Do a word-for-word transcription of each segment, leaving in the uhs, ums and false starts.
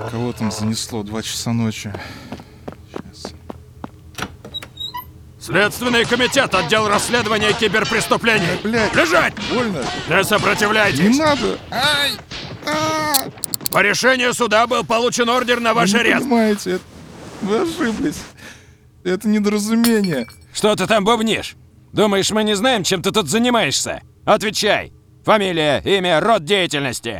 Кого там занесло? Два часа ночи. Сейчас. Следственный комитет, отдел расследования киберпреступлений. Блядь. Лежать! Больно. Не сопротивляйтесь. Не надо. Ай! А! По решению суда был получен ордер на ваш Вы не арест. понимаете, это... вы ошиблись. Это недоразумение. Что ты там бубнишь? Думаешь, мы не знаем, чем ты тут занимаешься? Отвечай. Фамилия, имя, род деятельности.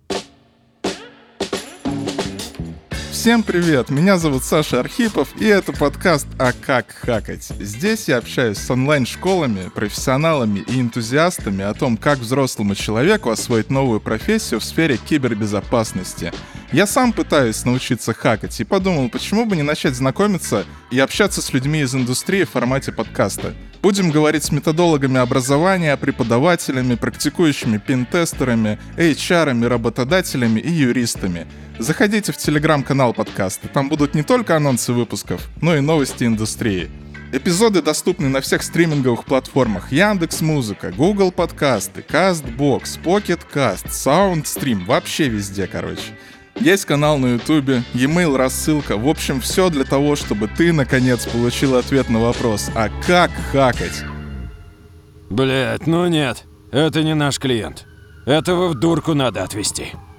Всем привет, меня зовут Саша Архипов, и это подкаст «А как хакать?». Здесь я общаюсь с онлайн-школами, профессионалами и энтузиастами о том, как взрослому человеку освоить новую профессию в сфере кибербезопасности. Я сам пытаюсь научиться хакать и подумал, почему бы не начать знакомиться и общаться с людьми из индустрии в формате подкаста. Будем говорить с методологами образования, преподавателями, практикующими пентестерами, эйч ар-ами, работодателями и юристами. Заходите в телеграм-канал подкаста, там будут не только анонсы выпусков, но и новости индустрии. Эпизоды доступны на всех стриминговых платформах: Яндекс.Музыка, Google Подкасты, Castbox, Pocket Cast, SoundStream, вообще везде, короче. Есть канал на Ютубе, e-mail рассылка, в общем, все для того, чтобы ты, наконец, получил ответ на вопрос: а как хакать? Блять, ну нет, это не наш клиент. Этого в дурку надо отвезти.